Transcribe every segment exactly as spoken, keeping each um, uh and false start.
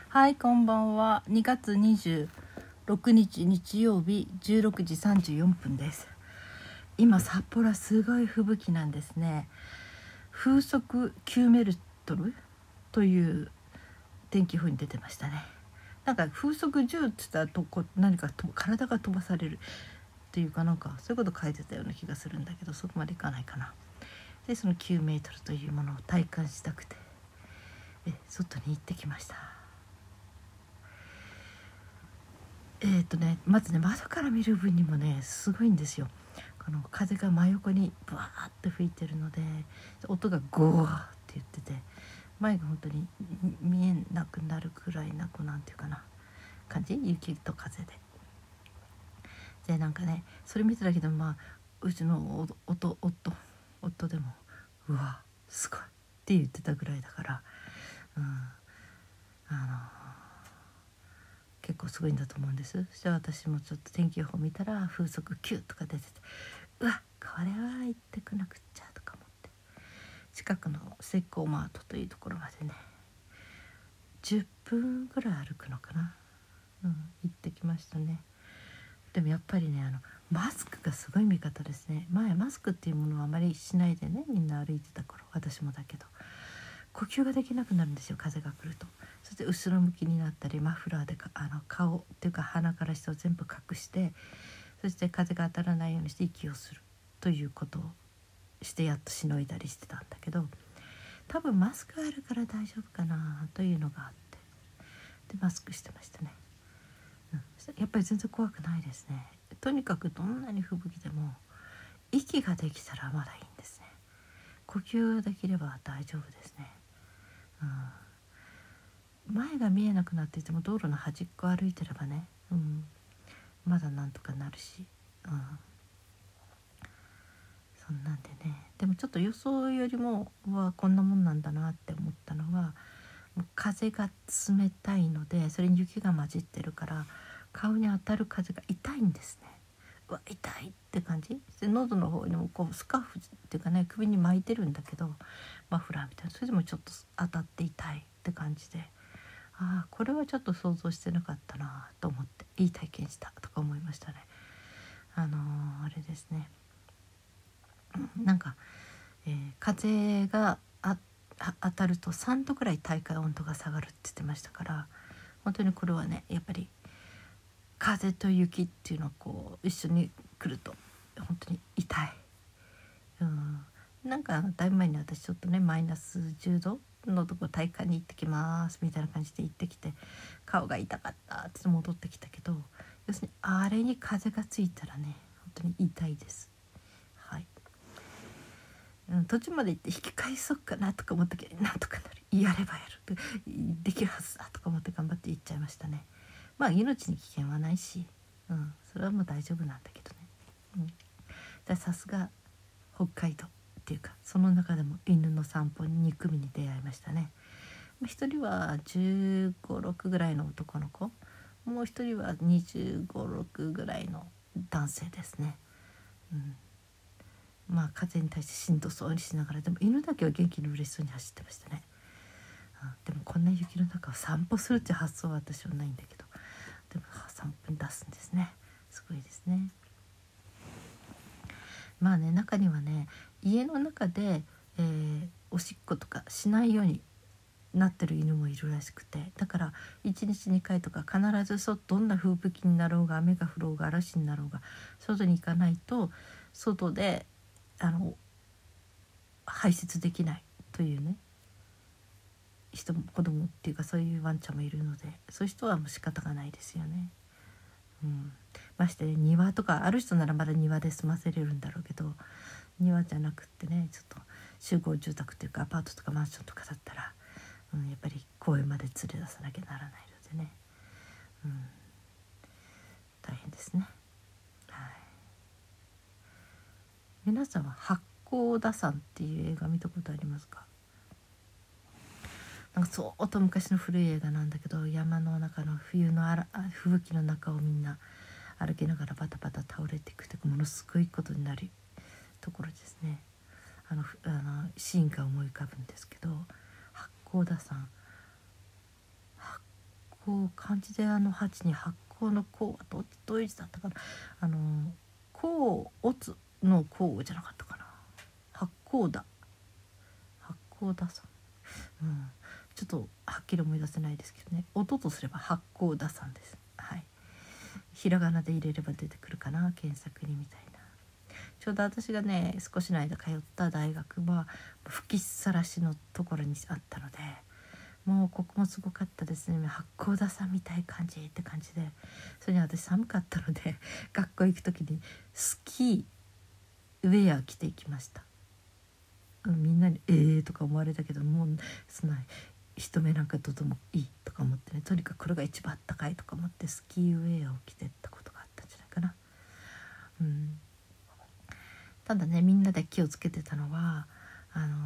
はい、こんばんは。にがつにじゅうろくにち日曜日じゅうろくじさんじゅうよんぷんです。今札幌はすごい吹雪なんですね。風速きゅうメートルという天気予報に出てましたね。なんか風速じゅうって言ったらとこ何かと体が飛ばされるっていうか、なんかそういうこと書いてたような気がするんだけど、そこまでいかないかな。でそのきゅうメートルというものを体感したくてえ外に行ってきました。えーとね、まずね窓から見る分にもねすごいんですよ。この風が真横にブワーって吹いてるので、音がゴーって言ってて、前が本当に見えなくなるくらいなくなんていうかな感じ、雪と風で。でなんかねそれ見てたけど、まあうちの夫夫夫でもうわすごいって言ってたぐらいだから、うん、あの結構すごいんだと思うんです。そして私もちょっと天気予報見たら風速きゅうとか出てて、うわこれは行ってくなくっちゃとか思って、近くのセイコーマートというところまでねじゅっぷんぐらい歩くのかな、うん、行ってきましたね。でもやっぱりねあのマスクがすごい味方ですね。前マスクっていうものはあまりしないでねみんな歩いてた頃、私もだけど呼吸ができなくなるんですよ、風が来ると。そして後ろ向きになったりマフラーでかあの顔っていうか鼻から下を全部隠して、そして風が当たらないようにして息をするということをしてやっとしのいだりしてたんだけど、多分マスクあるから大丈夫かなというのがあって、でマスクしてましたね、うん、やっぱり全然怖くないですね。とにかくどんなに吹雪でも息ができたらまだいいんですね。呼吸できれば大丈夫ですね、うん、前が見えなくなっていても道路の端っこ歩いてればね、うん、まだなんとかなるし、うん、そんなんでね。でもちょっと予想よりもはこんなもんなんだなって思ったのは、もう風が冷たいので、それに雪が混じってるから顔に当たる風が痛いんですね。うわ痛いって感じで、喉の方にもこうスカーフっていうかね首に巻いてるんだけど、マフラーみたいな、それでもちょっと当たって痛いって感じで、ああこれはちょっと想像してなかったなと思って、いい体験したとか思いましたね。あのー、あれですね、なんか、えー、風があ当たるとさんどぐらい体感温度が下がるって言ってましたから、本当にこれはねやっぱり風と雪っていうのをこう一緒に来ると本当に痛い、うん、なんかだいぶ前に私ちょっとねマイナスじゅうどのとこ体感に行ってきますみたいな感じで行ってきて、顔が痛かったって戻ってきたけど、要するにあれに風がついたらね本当に痛いです。はい、うん、途中まで行って引き返そうかなとか思ったけど、なんとかなる、やればやるできるはずだとか思って頑張って行っちゃいましたね。まあ命に危険はないし、うん、それはもう大丈夫なんだけどね、うん、さすが北海道っていうか、その中でも犬の散歩にに組に出会いましたね。一人はじゅうご、ろくぐらいの男の子、もう一人はにじゅうご、ろくぐらいの男性ですね、うん、まあ風に対してしんどそうにしながら、でも犬だけは元気に嬉しそうに走ってましたね、うん、でもこんな雪の中を散歩するっていう発想は私はないんだけど、でも散歩に出すんですね。すごいですね。まあね中にはね家の中で、えー、おしっことかしないようになってる犬もいるらしくて、だからいちにちにかいとか必ずそどんな風吹きになろうが雨が降ろうが嵐になろうが外に行かないと外であの排泄できないというね人も子供っていうかそういうワンちゃんもいるので、そういう人はもう仕方がないですよね、うん、まして庭とかある人ならまだ庭で済ませれるんだろうけど、庭じゃなくってねちょっと集合住宅っていうかアパートとかマンションとかだったら、うん、やっぱり公園まで連れ出さなきゃならないのでね、うん、大変ですね、はい、皆さんは八甲田山っていう映画見たことありますか？なんか相当昔の古い映画なんだけど、山の中の冬のあら吹雪の中をみんな歩きながらバタバタ倒れていくというものすごいことになるところですね。あのあのシーンが思い浮かぶんですけど、八甲田山八こう漢字であの八に発酵の酵はどどういう字だったかな、あの酵おつの酵じゃなかったかな、発酵だ発酵ださん、うん、ちょっとはっきり思い出せないですけどね、音とすれば発酵ださんです。はい、ひらがなで入れれば出てくるかな、検索にみたいな。ちょうど私がね少しの間通った大学は吹きさらしのところにあったので、もうここもすごかったですね。八甲田山みたい感じって感じで、それに私寒かったので学校行く時にスキーウェア着ていきました。みんなに「えー」とか思われたけど、もうそんな人目なんかとてもいいとか思ってね、とにかくこれが一番あったかいとか思ってスキーウェアを着てったことがあったんじゃないかな。うん、ただねみんなで気をつけてたのはあの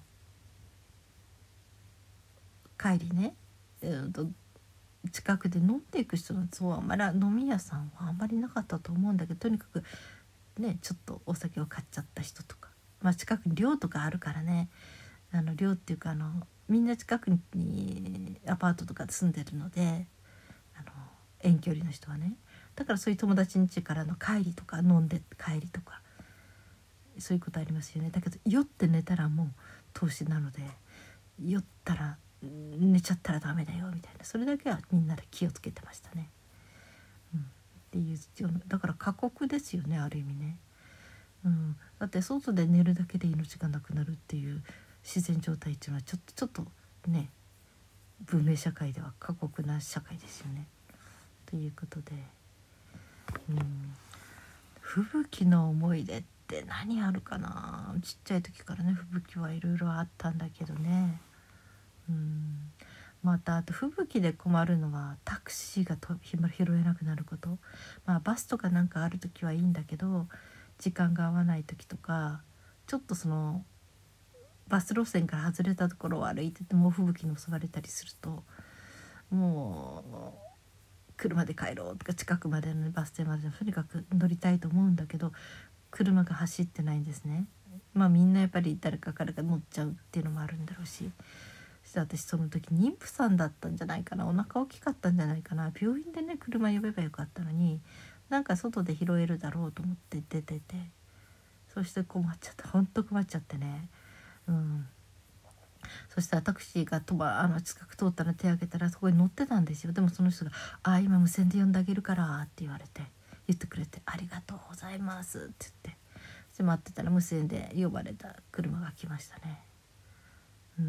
ー、帰りね、えー、と近くで飲んでいく人のそうあんまり飲み屋さんはあんまりなかったと思うんだけど、とにかくねちょっとお酒を買っちゃった人とか、まあ、近くに寮とかあるからね、あの寮っていうかあのみんな近くにアパートとかで住んでるので、あの遠距離の人はね、だからそういう友達ん家からの帰りとか飲んで帰りとかそういうことありますよね。だけど酔って寝たらもう投資なので、酔ったら寝ちゃったらダメだよみたいな、それだけはみんなで気をつけてましたね。うん、っていうだから過酷ですよね、ある意味ね。うん、だって外で寝るだけで命がなくなるっていう自然状態っていうのはちょっとちょっとね文明社会では過酷な社会ですよね。ということで、うん、吹雪の思い出って何あるかな。ちっちゃい時からね吹雪はいろいろあったんだけどね。うん、またあと吹雪で困るのはタクシーがと拾えなくなること。まあバスとかなんかある時はいいんだけど、時間が合わない時とか、ちょっとそのバス路線から外れたところを歩いてても吹雪に襲われたりすると、もう車で帰ろうとか近くまでのバス停までとにかく乗りたいと思うんだけど、車が走ってないんですね。まあみんなやっぱり誰かからが乗っちゃうっていうのもあるんだろうし、そして私その時妊婦さんだったんじゃないかな、お腹大きかったんじゃないかな、病院でね車呼べばよかったのに、なんか外で拾えるだろうと思って出てて、そして困っちゃった、ほんと困っちゃってね。うん、そしたらタクシーがとばあの近く通ったら手を挙げたらそこに乗ってたんですよ。でもその人が「あ今無線で呼んであげるから」って言われて、言ってくれて「ありがとうございます」って言って、で待ってたら無線で呼ばれた車が来ましたね。うん、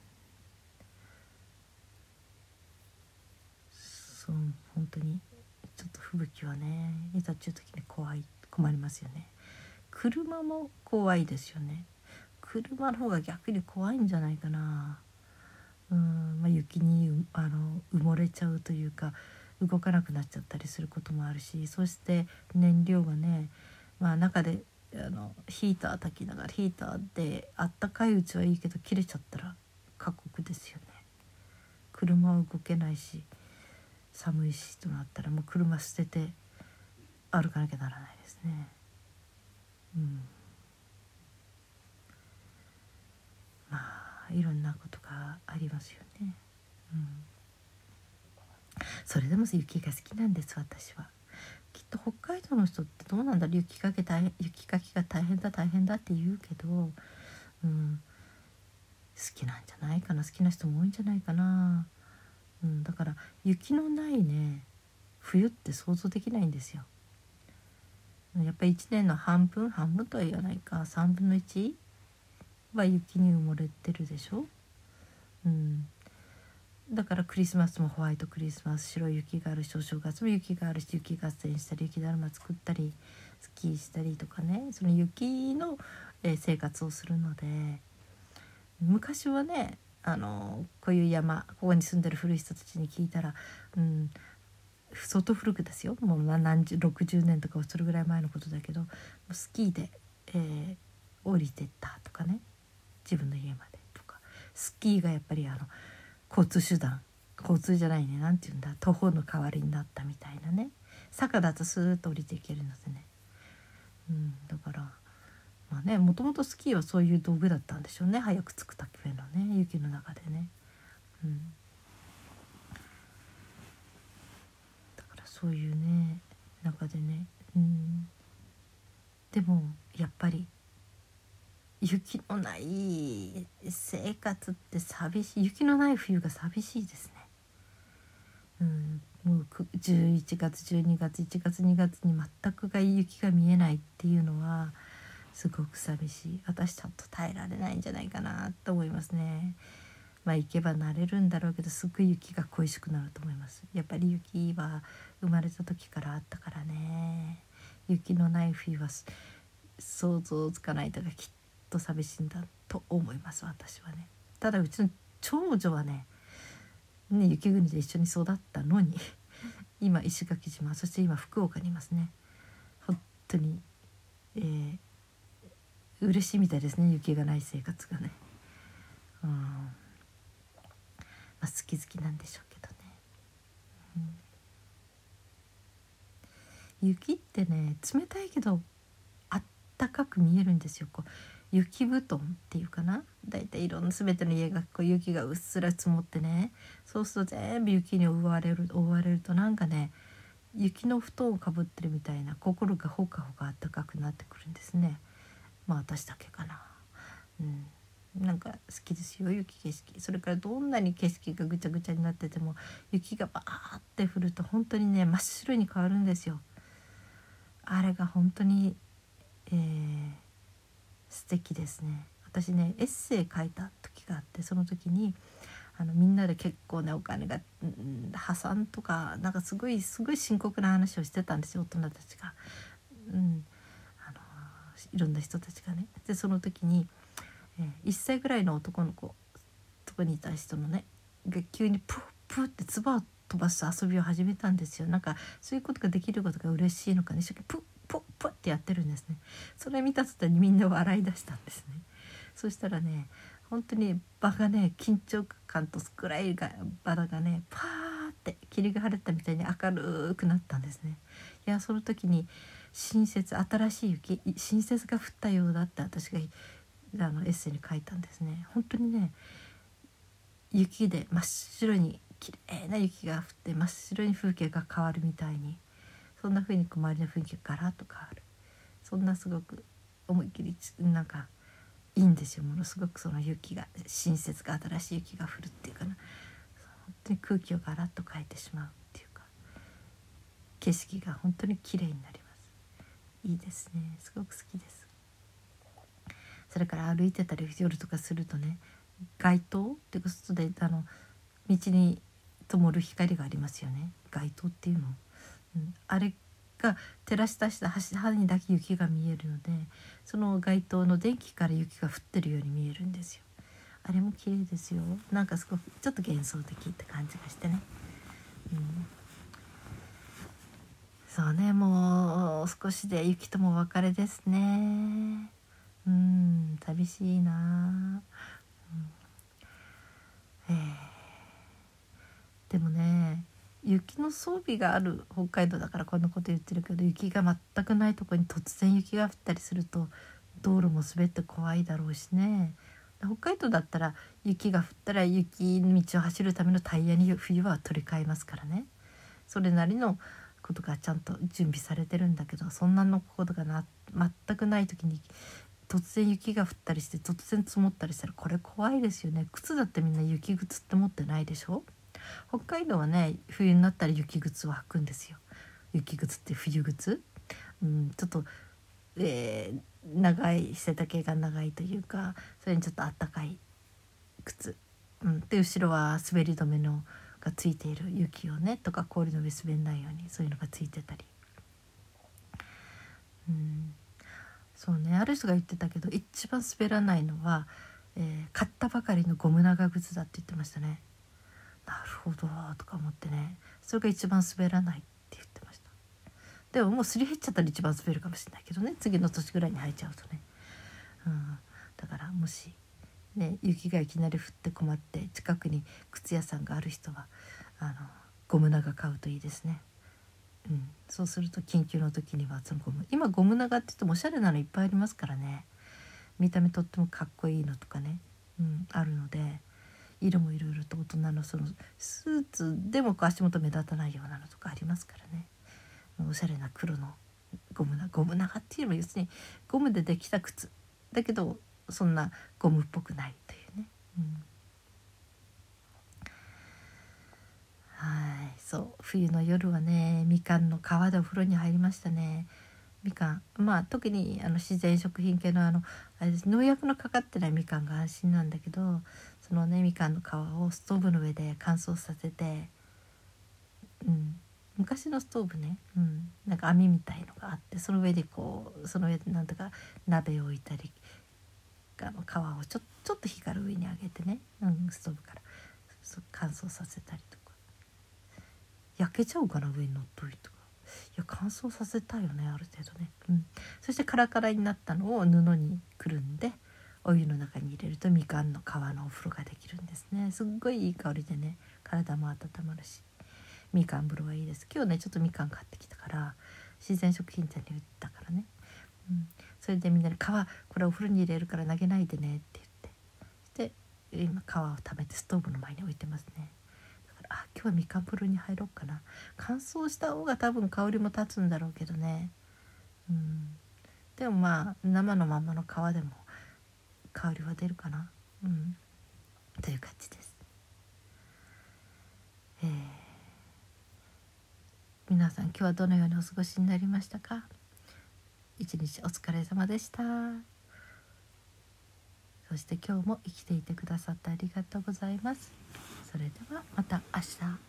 そう本当にちょっと吹雪はねいざっていう時に怖い困りますよね。車も怖いですよね。車の方が逆に怖いんじゃないかな。うん、まあ、雪にあの埋もれちゃうというか動かなくなっちゃったりすることもあるし、そして燃料がね、まあ、中であのヒーター焚きながらヒーターであったかいうちはいいけど切れちゃったら過酷ですよね。車は動けないし寒いしとなったらもう車捨てて歩かなきゃならないですね。うん、まあいろんなことがありますよね。うん、それでも雪が好きなんです私は。きっと北海道の人ってどうなんだろう、雪かけ大変雪かきが大変だ大変だって言うけど、うん、好きなんじゃないかな、好きな人も多いんじゃないかな。うん、だから雪のないね冬って想像できないんですよ。やっぱりいちねんの半分半分とは言わないかさんぶんのいちは雪に埋もれてるでしょ。うん、だからクリスマスもホワイトクリスマス、白い雪があるし、お正月も雪があるし、雪合戦したり雪だるま作ったりスキーしたりとかね、その雪の、えー生活をするので、昔はねあのこういう山ここに住んでる古い人たちに聞いたら、うん、相当古くですよ、もう何十ろくじゅうねんとかそれぐらい前のことだけど、スキーで、えー降りてったとかね、自分の家までとか、スキーがやっぱりあの交通手段交通じゃないね、なんていうんだ、徒歩の代わりになったみたいなね。坂だとスーッと降りていけるのでね、うん、だからまあね、もともとスキーはそういう道具だったんでしょうね、早く着くためのね雪の中でね。うん、 そういうね中でね、うん、でもやっぱり雪のない生活って寂しい。雪のない冬が寂しいですね。うん、もうじゅういちがつじゅうにがついちがつにがつに全くが雪が見えないっていうのはすごく寂しい。私ちょっと耐えられないんじゃないかなと思いますね。まあ行けば慣れるんだろうけど、すごい雪が恋しくなると思います。やっぱり雪は生まれた時からあったからね。雪のない冬は想像つかないとか、きっと寂しいんだと思います私はね。ただうちの長女はねね雪国で一緒に育ったのに今石垣島、そして今福岡にいますね。本当に、えー、嬉しいみたいですね、雪がない生活がね。うん、まあ、好き好きなんでしょうけどね、うん、雪ってね冷たいけどあったかく見えるんですよ。こう雪布団っていうかな、だいたいいろんな全ての家がこう雪がうっすら積もってね、そうすると全部雪に覆われる覆われるとなんかね雪の布団をかぶってるみたいな、心がほかほかあったかくなってくるんですね。まあ私だけかな。うんなんか好きですよ雪景色。それからどんなに景色がぐちゃぐちゃになってても雪がバーって降ると本当にね真っ白に変わるんですよ。あれが本当に、えー、素敵ですね。私ねエッセイ書いた時があって、その時にあのみんなで結構ねお金が、うん、破産とかなんかすごいすごい深刻な話をしてたんですよ、大人たちが。うん、あのいろんな人たちがね。でその時に、えー、いっさいぐらいの男の子とこにいた人のねが急にプップッって唾を飛ばす遊びを始めたんですよ。なんかそういうことができることが嬉しいのかね、一生懸命プップップッってやってるんですね。それ見た途端にみんな笑い出したんですね。そしたらね本当に場がね緊張感と暗いが場がねパーって霧が晴れたみたいに明るくなったんですね。いやその時に新雪新しい雪新雪が降ったようだって私があのエッセイに書いたんですね。本当にね雪で真っ白に綺麗な雪が降って真っ白に風景が変わるみたいに、そんな風に周りの雰囲気がガラッと変わる、そんなすごく思いっきりなんかいいんですよ。ものすごくその雪が新雪が新しい雪が降るっていうかな、本当に空気をガラッと変えてしまうっていうか、景色が本当に綺麗になります。いいですね、すごく好きです。それから歩いてたり夜とかするとね街灯っていうか外であの道に灯る光がありますよね、街灯っていうの、うん、あれが照らし出した端にだけ雪が見えるので、その街灯の電気から雪が降ってるように見えるんですよ。あれも綺麗ですよ。なんかすごくちょっと幻想的って感じがしてね、うん、そうねもう少しで雪ともお別れですね。うん寂しいな、うん、えー、でもね雪の装備がある北海道だからこんなこと言ってるけど、雪が全くないところに突然雪が降ったりすると道路も滑って怖いだろうしね。北海道だったら雪が降ったら雪道を走るためのタイヤに冬は取り替えますからね、それなりのことがちゃんと準備されてるんだけど、そんなのことがな全くない時に突然雪が降ったりして突然積もったりしたらこれ怖いですよね。靴だってみんな雪靴って持ってないでしょ。北海道はね冬になったら雪靴を履くんですよ。雪靴って冬靴、うん、ちょっと、えー、長い背丈が長いというか、それにちょっとあったかい靴、うん、で後ろは滑り止めのがついている雪をねとか氷の上滑んないようにそういうのがついてたり、うん、そうねある人が言ってたけど一番滑らないのは、えー、買ったばかりのゴム長靴だって言ってましたね。なるほどとか思ってね、それが一番滑らないって言ってました。でももうすり減っちゃったら一番滑るかもしれないけどね、次の年ぐらいに履いちゃうとね、うん、だからもしね雪がいきなり降って困って近くに靴屋さんがある人はあのゴム長買うといいですね。うん、そうすると緊急の時にはそのゴム、今ゴム長って言ってもおしゃれなのいっぱいありますからね、見た目とってもかっこいいのとかね、うん、あるので色もいろいろと大人のそのスーツでもこう足元目立たないようなのとかありますからね。おしゃれな黒のゴムなゴム長っていうのは要するにゴムでできた靴だけどそんなゴムっぽくないというね、うん、はいそう冬の夜はねみかんの皮でお風呂に入りましたね。みかんまあ特にあの自然食品系のあのあれです農薬のかかってないみかんが安心なんだけどそのねみかんの皮をストーブの上で乾燥させて、うん、昔のストーブね、うん、なんか網みたいのがあってその上でこうその上でなんとか鍋を置いたりあの皮をちょちょっと火から上に上げてね、うん、ストーブから乾燥させたりとか焼けちゃうかな上に乗っといとかいや乾燥させたいよねある程度ね、うん、そしてカラカラになったのを布にくるんでお湯の中に入れるとみかんの皮のお風呂ができるんですね。すっごいいい香りでね体も温まるしみかん風呂はいいです。今日ねちょっとみかん買ってきたから自然食品店に売ったからね、うん、それでみんなに皮これお風呂に入れるから投げないでねって言ってで今皮を食べてストーブの前に置いてますね。だからあ今日はみかん風呂に入ろうかな。乾燥した方が多分香りも立つんだろうけどね、うん、でもまあ生のままの皮でも香りは出るかな、うん、という感じです。えー、皆さん今日はどのようにお過ごしになりましたか。一日お疲れ様でした。そして今日も生きていてくださってありがとうございます。それではまた明日。